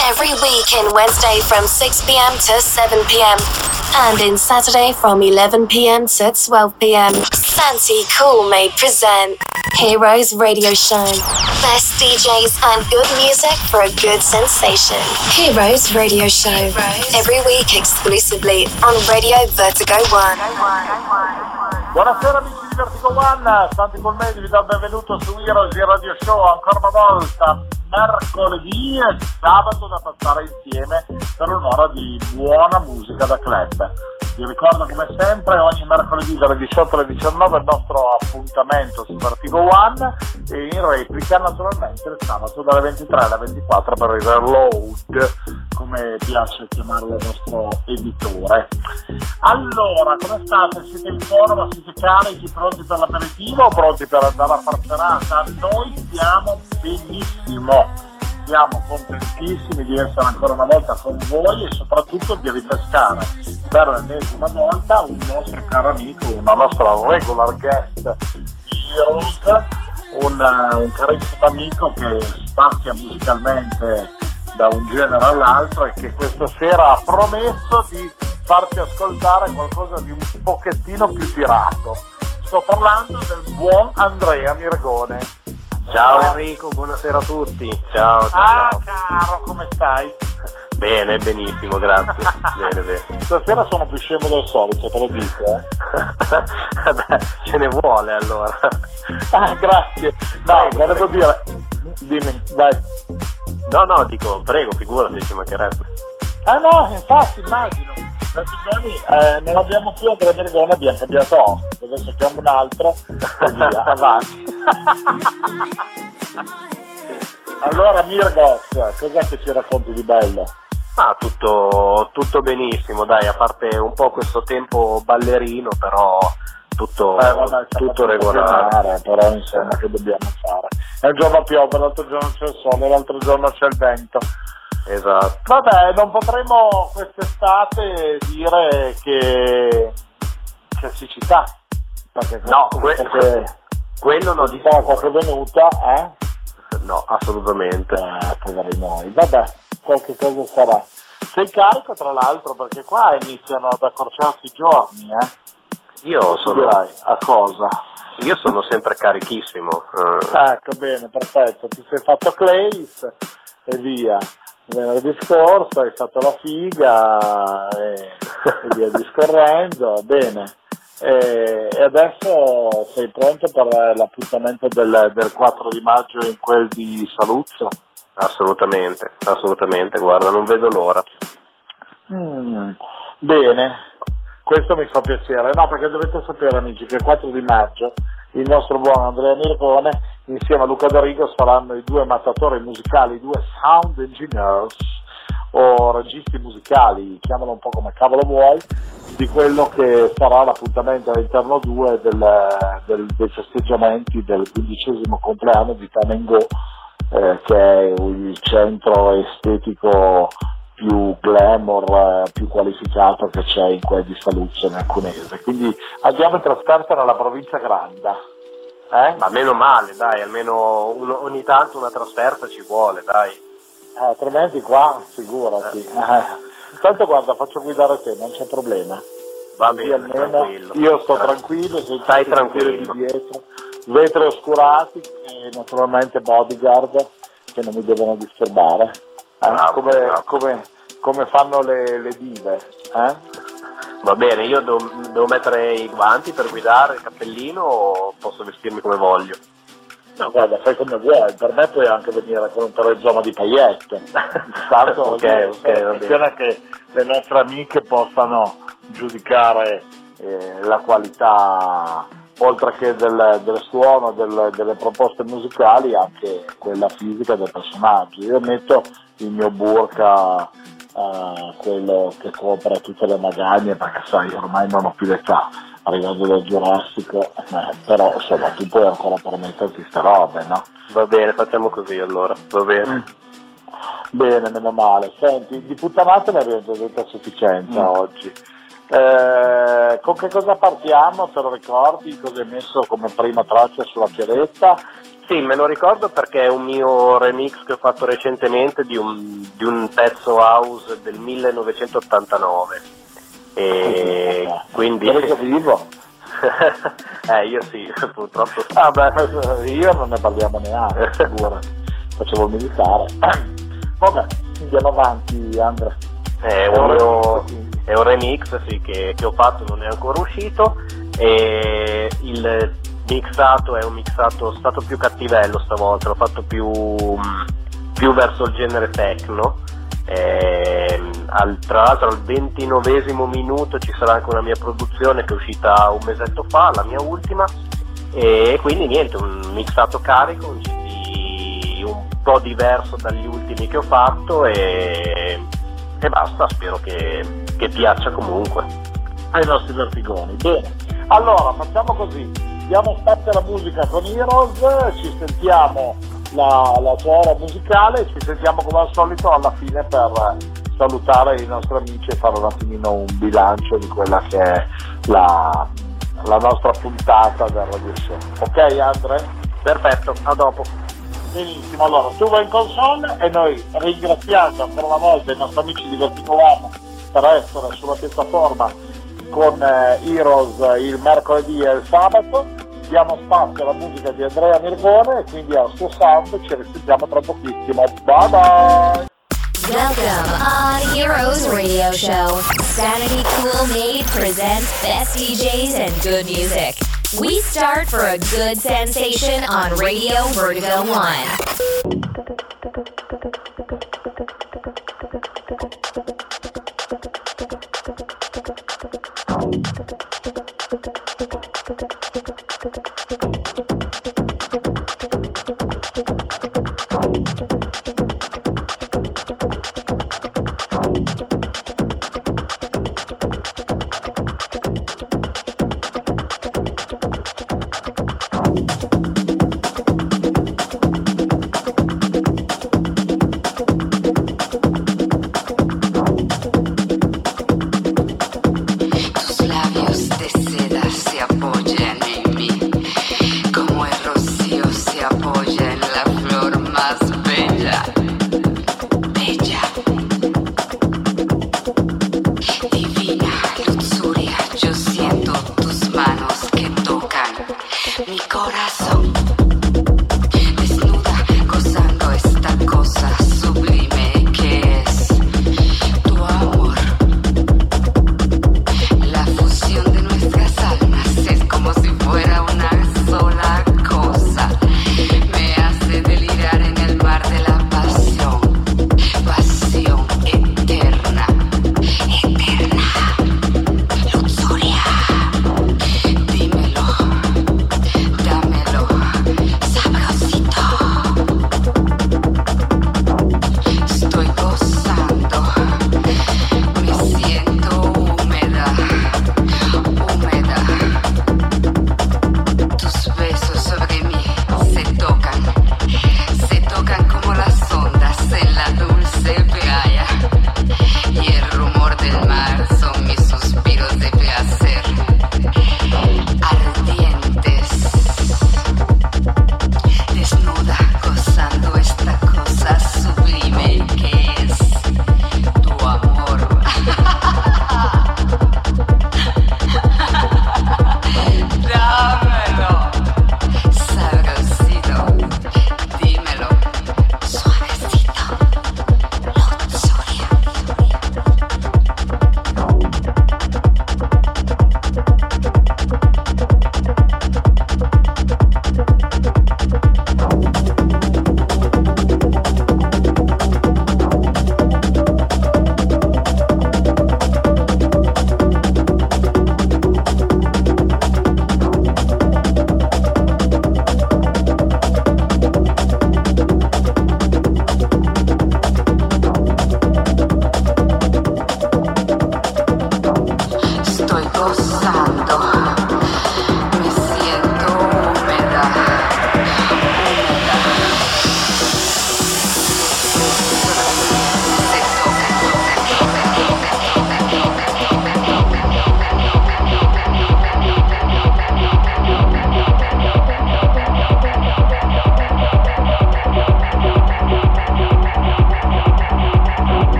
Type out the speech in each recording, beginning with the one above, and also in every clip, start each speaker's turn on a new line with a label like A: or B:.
A: Every week in Wednesday from 6 p.m. to 7 p.m. And in Saturday from 11 p.m. to 12 p.m. Santi Cool may present Heroes Radio Show. Best DJs and good music for a good sensation. Heroes Radio Show. Every week exclusively on Radio Vertigo One.
B: Buonasera amici di Vertigo One, Santi Colmedi vi do il benvenuto su Heroes Radio Show ancora una volta, mercoledì e sabato da passare insieme per un'ora di buona musica da club. Vi ricordo come sempre ogni mercoledì dalle 18 alle 19 il nostro appuntamento su Vertigo One e in replica naturalmente il sabato dalle 23 alle 24 per il reload, come piace chiamarlo il nostro editore. Allora, come state? Siete in forma? Siete carichi? Pronti per l'aperitivo o pronti per andare a far serata? Noi stiamo benissimo. Siamo contentissimi di essere ancora una volta con voi e soprattutto di ripescare per l'ennesima volta un nostro caro amico, una nostra regular guest Heroes, un carissimo amico che spazia musicalmente da un genere all'altro e che questa sera ha promesso di farci ascoltare qualcosa di un pochettino più tirato. Sto parlando del buon Andrea Mirgone.
C: Ciao Enrico, buonasera a tutti. Ciao.
B: Caro, come stai?
C: Bene, benissimo, grazie. bene.
B: Stasera sono più scemo del solito, te lo dico.
C: Beh, ce ne vuole allora.
B: Grazie. No, volevo dire. Dimmi, vai.
C: No, dico, prego, figurati, ci mancherebbe.
B: No, infatti, immagino. Questi giorni non abbiamo più Andrea Mirgone, abbiamo cambiato ospite, adesso chiamo un altro e via, avanti. Allora Mirgos, cos'è che ci racconti di bello?
C: Tutto benissimo, dai, a parte un po' questo tempo ballerino, però tutto regolare.
B: Però insomma che dobbiamo fare? Un giorno piove, l'altro giorno c'è il sole, l'altro giorno c'è il vento.
C: Esatto.
B: Vabbè, non potremo quest'estate dire che c'è siccità, perché
C: quello non
B: dico che è venuta,
C: No, assolutamente.
B: Poveri noi. Vabbè, qualche cosa sarà. Sei carico tra l'altro perché qua iniziano ad accorciarsi i giorni,
C: Io sono.
B: Dirai, a cosa?
C: Io sono sempre carichissimo.
B: Ecco, bene, perfetto. Ti sei fatto Clays e via. Venerdì scorso hai fatto la figa e via discorrendo, bene. E adesso sei pronto per l'appuntamento del 4 di maggio in quel di Saluzzo?
C: Assolutamente, guarda, non vedo l'ora.
B: Bene, questo mi fa piacere, no, perché dovete sapere amici che il 4 di maggio il nostro buon Andrea Mirgone insieme a Luca D'Arigo saranno i due mattatori musicali, i due sound engineers o registi musicali, chiamalo un po' come cavolo vuoi, di quello che sarà l'appuntamento all'interno 2 dei festeggiamenti del 15° compleanno di Tamengo, che è il centro estetico più glamour, più qualificato che c'è in quel di Saluzzo nel Cunese. Quindi andiamo in trasferta nella provincia Granda.
C: Ma meno male, dai, almeno ogni tanto una trasferta ci vuole, dai.
B: Altrimenti qua, figurati. Tanto guarda, faccio guidare te, non c'è problema.
C: Va bene,
B: almeno
C: tranquillo.
B: Io sto tranquillo,
C: stai tranquillo.
B: Di dietro, vetri oscurati e naturalmente bodyguard che non mi devono disturbare.
C: Bravo.
B: Come fanno le dive.
C: Va bene, io devo mettere i guanti per guidare, il cappellino o posso vestirmi come voglio?
B: No, guarda, fai come vuoi, per me puoi anche venire con un perezzoma di paillette. Tanto
C: ok.
B: Che le nostre amiche possano giudicare la qualità, oltre che del suono, delle proposte musicali, anche quella fisica del personaggio. Io metto il mio burka, quello che copre tutte le magagne, perché sai, ormai non ho più l'età, arrivando dal Giurassico, però insomma tu puoi ancora permetterti ste robe, no?
C: Va bene, facciamo così allora, va bene.
B: Bene, meno male. Senti, di puttanate ne abbiamo già detto a sufficienza oggi. Con che cosa partiamo? Te lo ricordi? Cosa hai messo come prima traccia sulla chiavetta?
C: Sì, me lo ricordo perché è un mio remix che ho fatto recentemente di un pezzo house del 1989. E quindi...
B: vivo?
C: Io sì, purtroppo.
B: Io non ne parliamo neanche, facevo il militare. Vabbè, andiamo avanti, Andrea.
C: È un remix sì, che ho fatto, non è ancora uscito, e il mixato è un mixato stato più cattivello stavolta, l'ho fatto più verso il genere techno. Tra l'altro al 29esimo minuto ci sarà anche una mia produzione che è uscita un mesetto fa, la mia ultima, e quindi niente, un mixato carico, un CD un po' diverso dagli ultimi che ho fatto e basta, spero che piaccia comunque
B: ai nostri vertigoni. Bene, allora facciamo così, diamo spazio alla musica con Heroes, ci sentiamo la sua ora musicale, ci sentiamo come al solito alla fine per salutare i nostri amici e fare un attimino un bilancio di quella che è la nostra puntata del Radio Show. Ok Andre?
C: Perfetto, a dopo.
B: Benissimo, allora tu vai in console e noi ringraziando ancora una volta i nostri amici di Vertigo One per essere sulla piattaforma con Heroes il mercoledì e il sabato, diamo spazio alla musica di Andrea Mirgone e quindi al suo sound, ci risentiamo tra pochissimo, bye bye!
D: Welcome on Heroes Radio Show. Sanity Cool Made presents best DJs and good music. We start for a good sensation on Radio Vertigo One.
E: Tus labios de seda se apoyan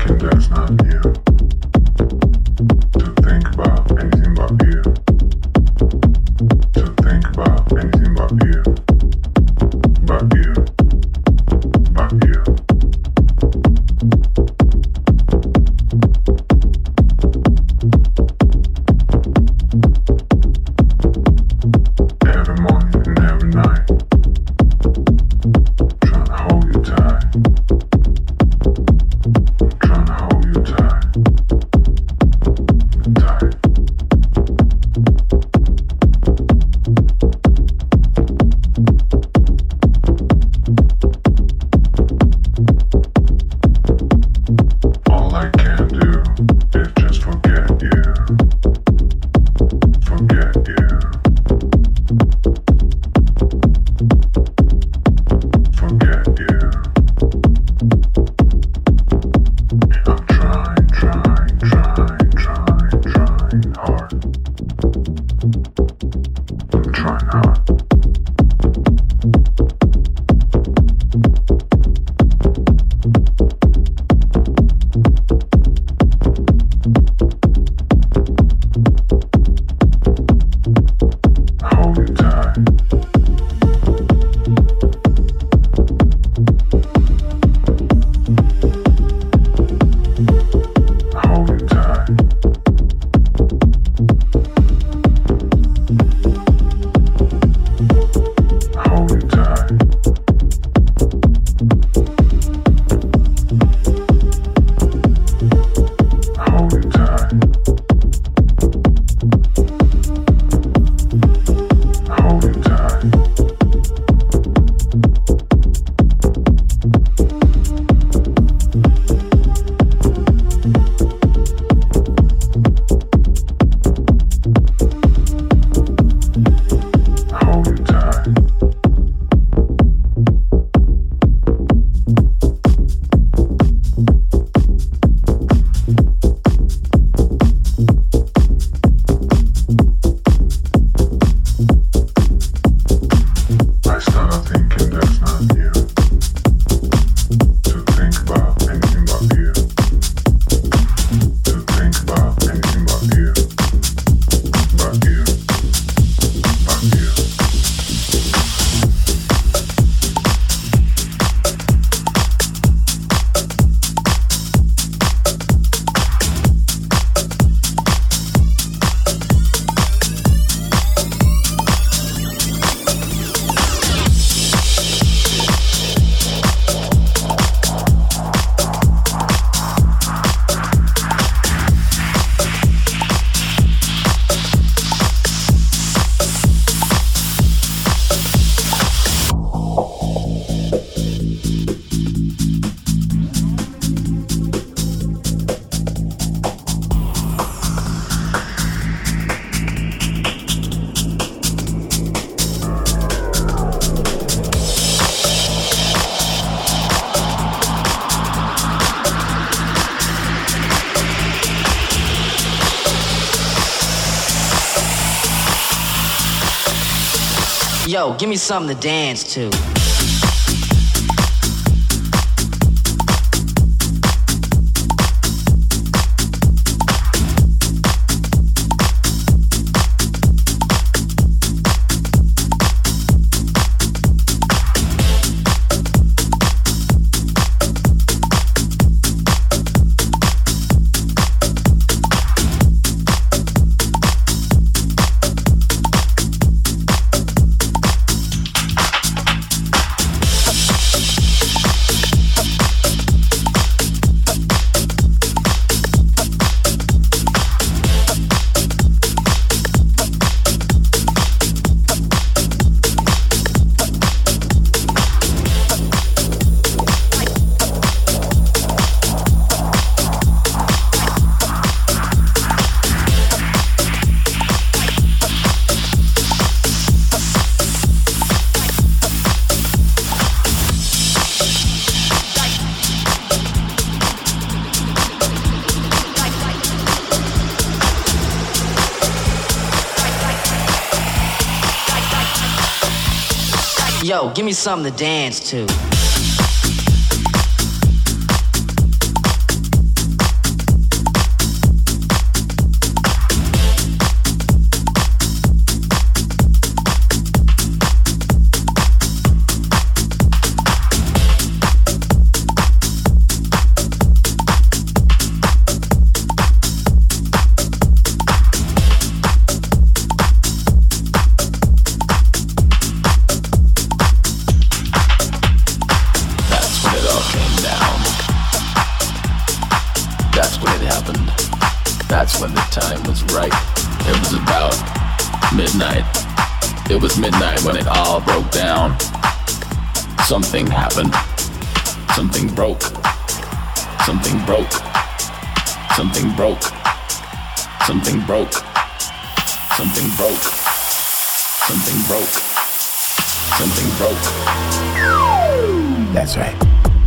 E: Yo, give me something to dance to. Yo, give me something to dance to.
F: when it happened. That's when the time was right. It was about midnight. It was midnight when it all broke down. Something happened. Something broke. Something broke. Something broke. Something broke. Something broke. Something broke. Something broke. That's right.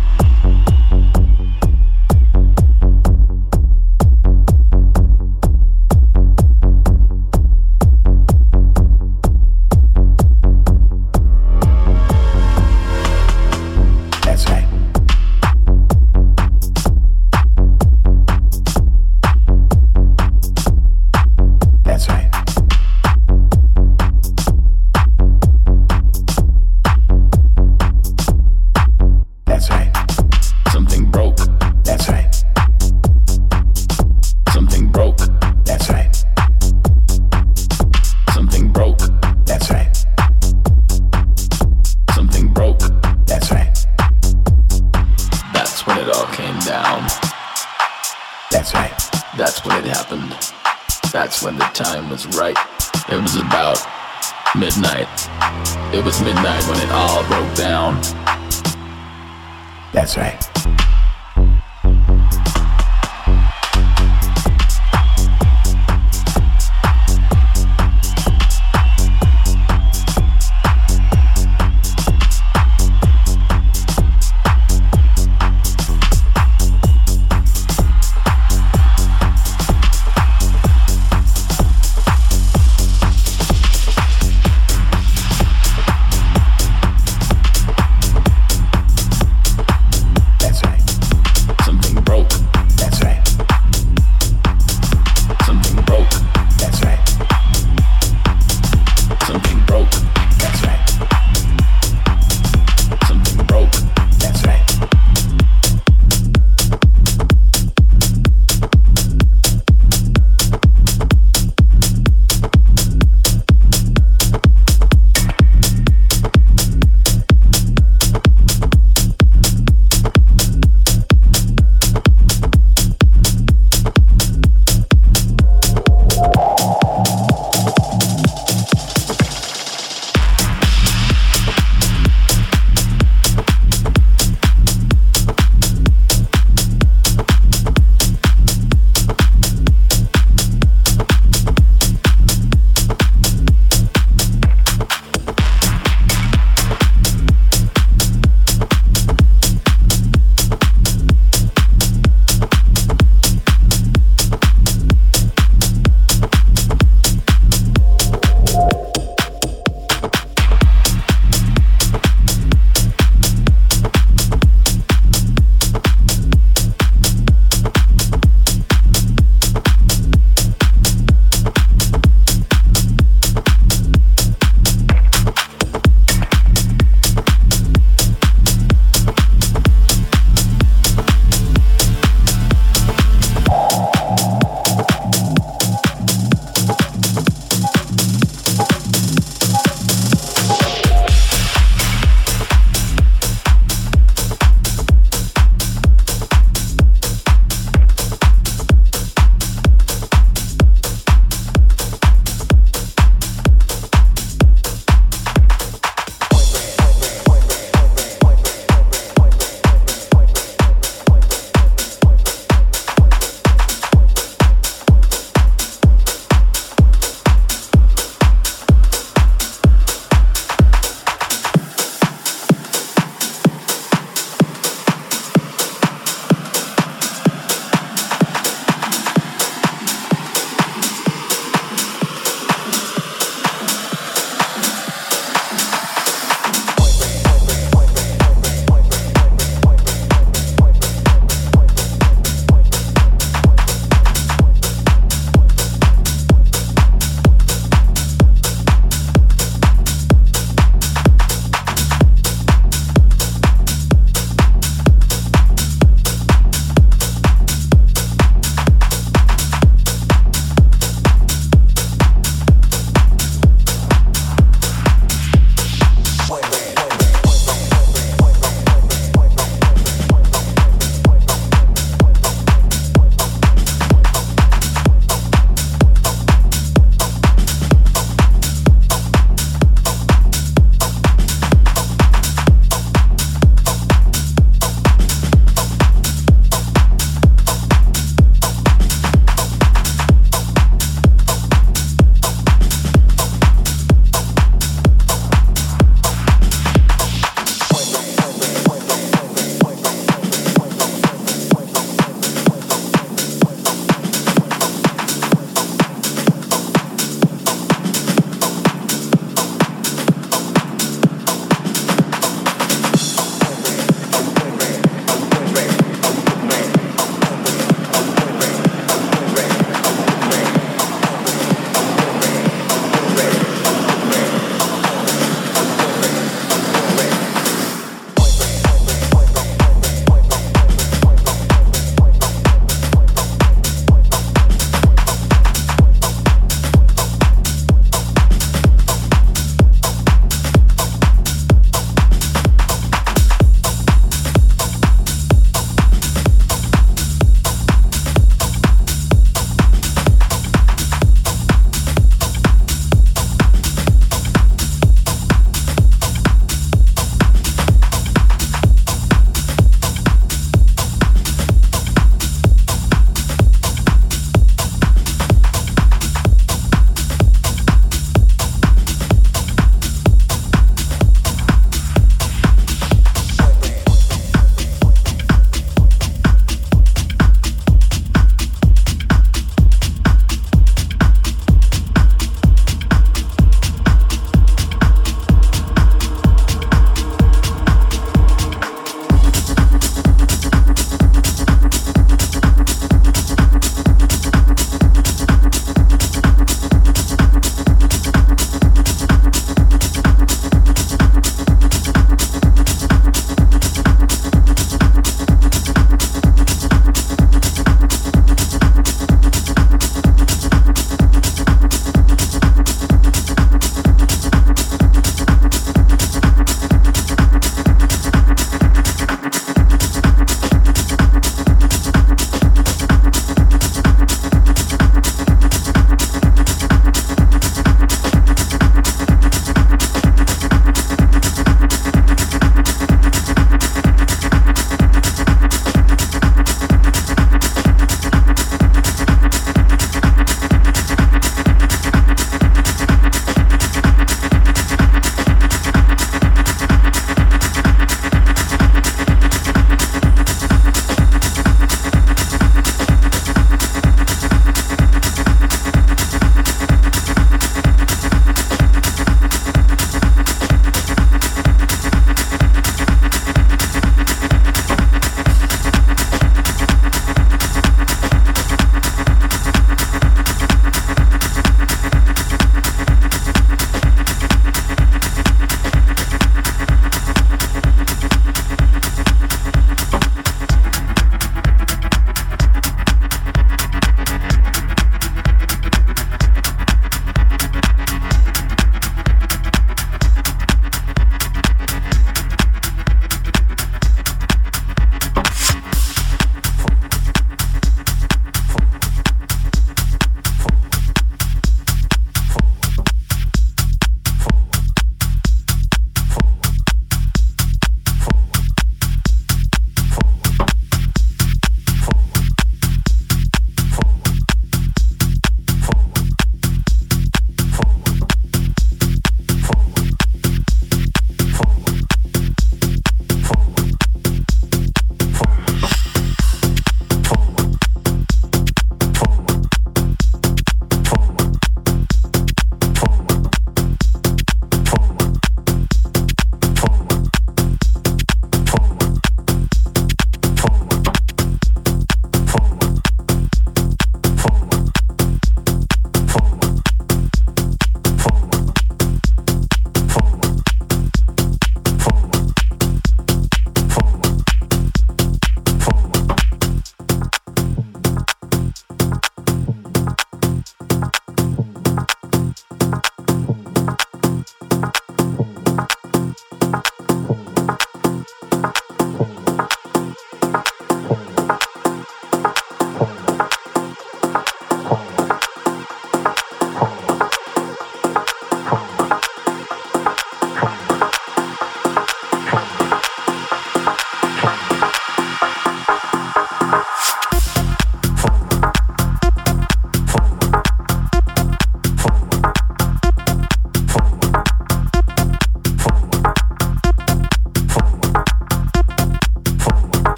F: When the time was right, it was about midnight. It was midnight when it all broke down. That's right.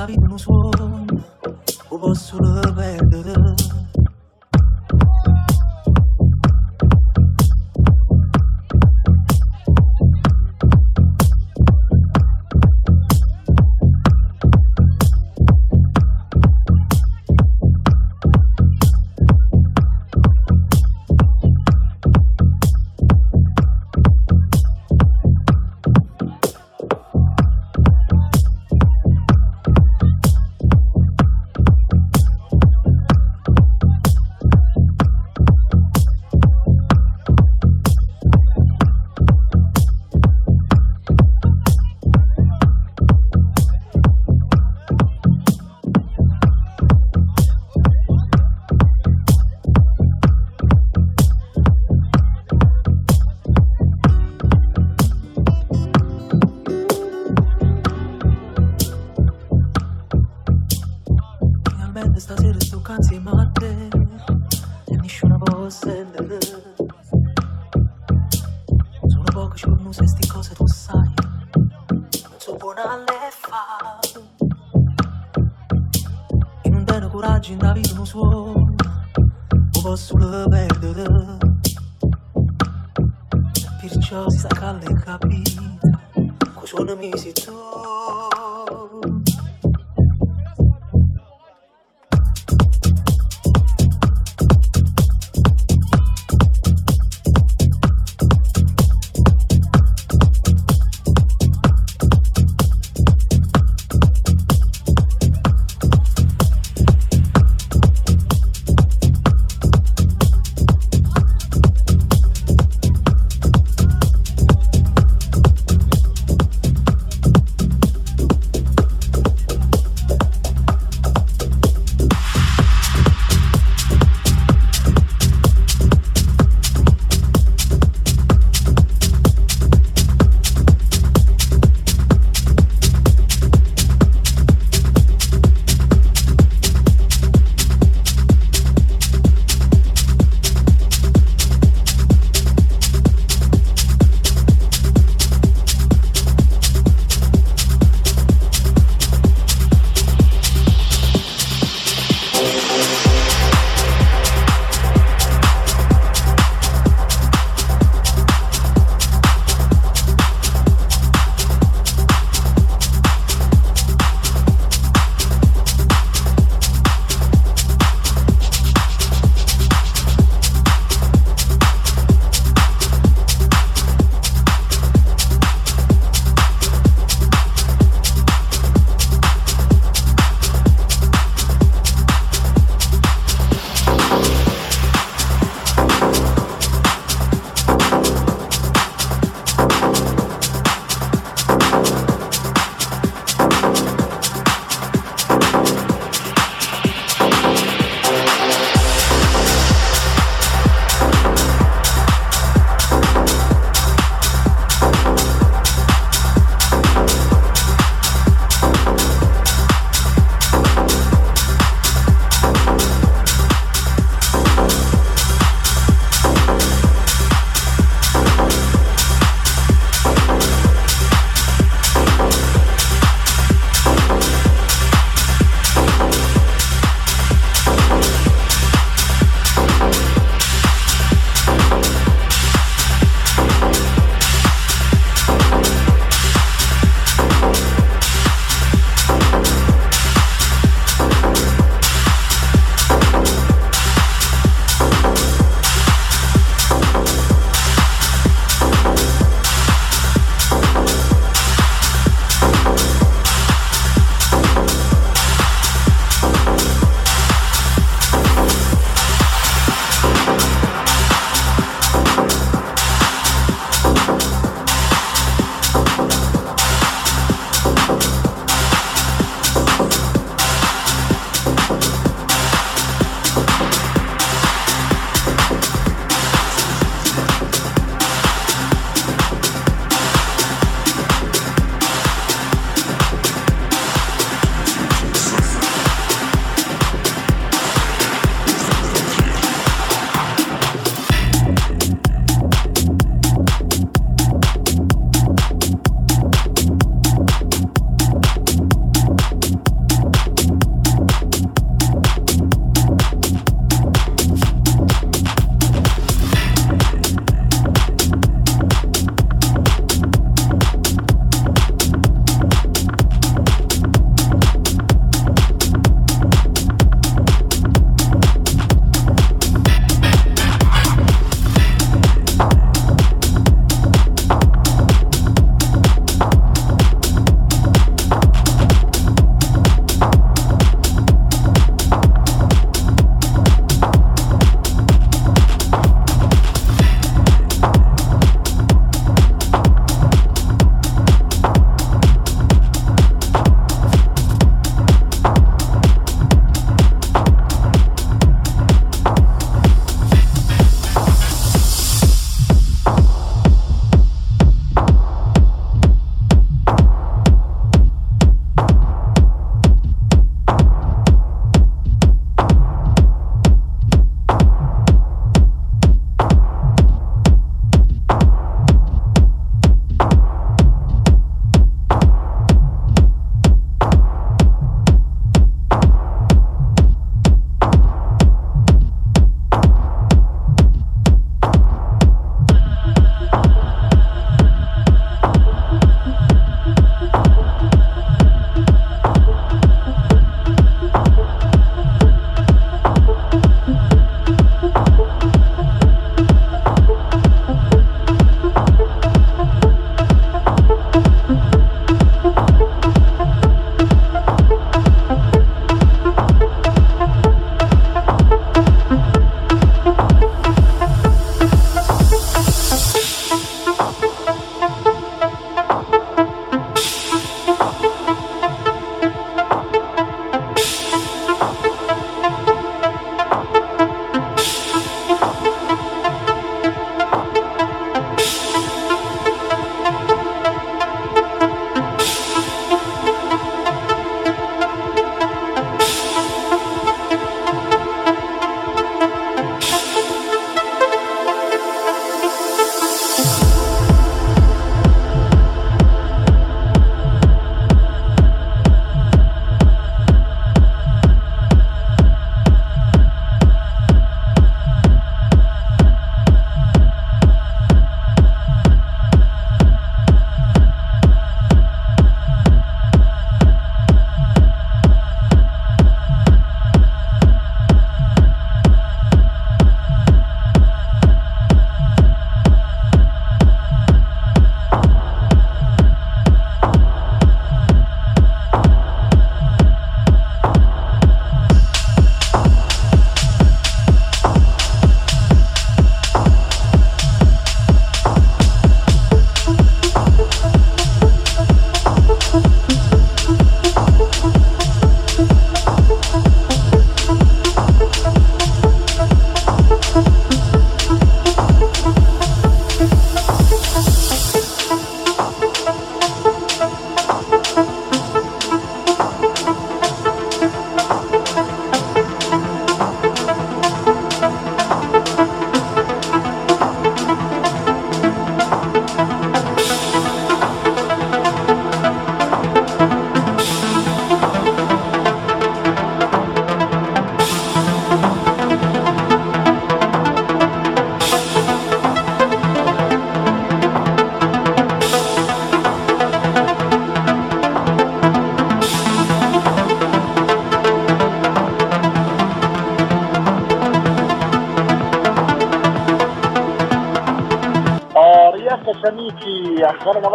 G: la vita non suona, o posso perdere. Stasera sto insieme a te e nessuno può sentire. Sono poche giorni se sti cose tu sai, non so buona le fa. E non tengo coraggio in la vita non suono, o posso perdere. Perciò si sa che le capite, con suono mi si tu.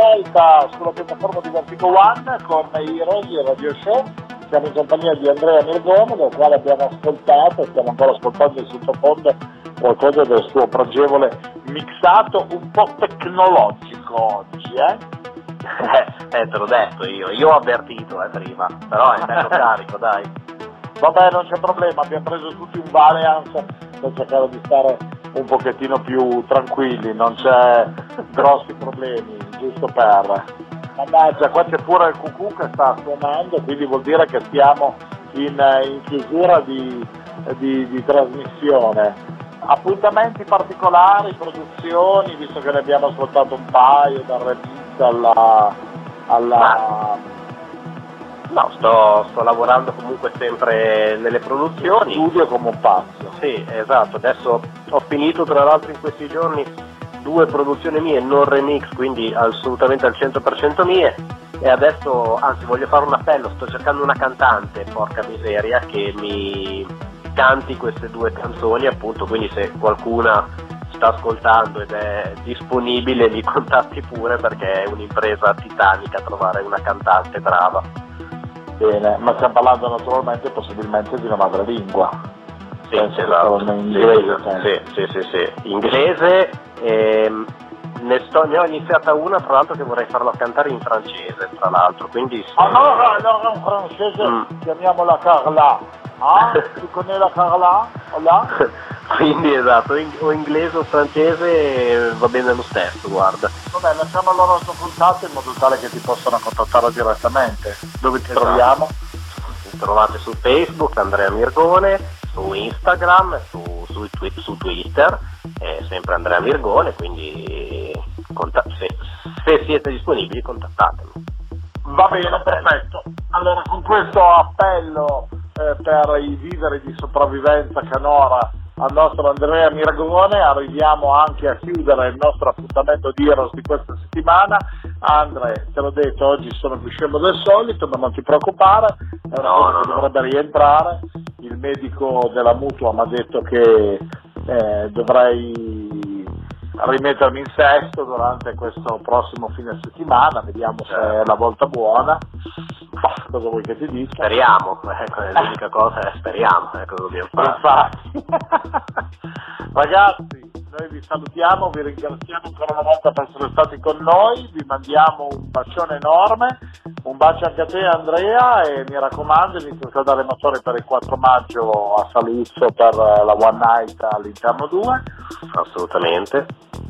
B: svolta sulla piattaforma di Vertigo One con Heroes, il radio show. Siamo in compagnia di Andrea Mirgone, dal quale abbiamo ascoltato e stiamo ancora ascoltando in sottofondo qualcosa del suo pregevole mixato un po' tecnologico oggi,
C: te l'ho detto io ho avvertito prima, però è bello carico, dai.
B: Vabbè, non c'è problema, abbiamo preso tutti un Valiant per cercare di stare un pochettino più tranquilli, non c'è grossi problemi, giusto per... Mannaggia, qua c'è pure il cucù che sta suonando, quindi vuol dire che siamo in chiusura di trasmissione. Appuntamenti particolari, produzioni, visto che ne abbiamo ascoltato un paio, dal remix
C: No, sto lavorando comunque sempre nelle produzioni.
B: Studio come un pazzo.
C: Sì, esatto, adesso ho finito tra l'altro in questi giorni 2 produzioni mie, non remix, quindi assolutamente al 100% mie, e adesso, anzi, voglio fare un appello, sto cercando una cantante, porca miseria, che mi canti queste 2 canzoni, appunto, quindi se qualcuna sta ascoltando ed è disponibile mi contatti pure, perché è un'impresa titanica trovare una cantante brava.
B: Bene, ma stiamo parlando naturalmente possibilmente di una madrelingua.
C: Sì, esatto.
B: In inglese,
C: sì. Inglese, ne ho iniziata una, tra l'altro, che vorrei farla cantare in francese, tra l'altro, quindi...
B: Allora in francese chiamiamola Carla. Tu connais la Carla? Hola?
C: Quindi esatto, o inglese o francese va bene lo stesso, guarda.
B: Vabbè, lasciamo loro il tuo contatto in modo tale che ti possano contattare direttamente. Dove ti troviamo?
C: Mi trovate su Facebook, Andrea Mirgone, su Instagram, su Twitter, sempre Andrea Mirgone, quindi se siete disponibili contattatemi.
B: Va bene, perfetto. Allora, con questo appello per i viveri di sopravvivenza canora al nostro Andrea Mirgone arriviamo anche a chiudere il nostro appuntamento di Heroes di questa settimana. Andre, te l'ho detto, oggi sono più scemo del solito, ma non ti preoccupare, è una cosa che dovrebbe rientrare. Il medico della mutua mi ha detto che dovrei rimettermi in sesto durante questo prossimo fine settimana, vediamo se è la volta buona. Cosa vuoi che ti dica?
C: Speriamo, l'unica cosa è speriamo, cosa dobbiamo fare.
B: Infatti. Ragazzi, noi vi salutiamo, vi ringraziamo ancora una volta per essere stati con noi, vi mandiamo un bacione enorme, un bacio anche a te Andrea, e mi raccomando iniziate a dare motore per il 4 maggio a Saluzzo per la One Night all'Interno 2.
C: Assolutamente.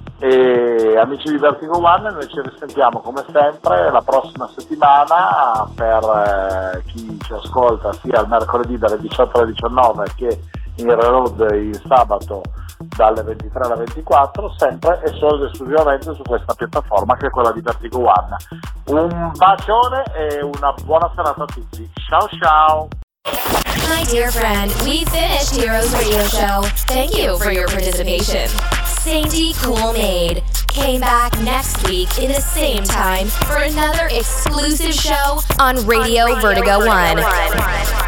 B: E amici di Vertigo One, noi ci risentiamo come sempre la prossima settimana per chi ci ascolta sia il mercoledì dalle 18 alle 19 che in reload il sabato dalle 23 alle 24, sempre e solo ed esclusivamente su questa piattaforma che è quella di Vertigo One. Un bacione e una buona serata a tutti. Ciao ciao!
D: My dear friend, we finished Heroes Radio Show. Thank you for your participation. Sainty Cool Maid came back next week in the same time for another exclusive show on Radio Vertigo One.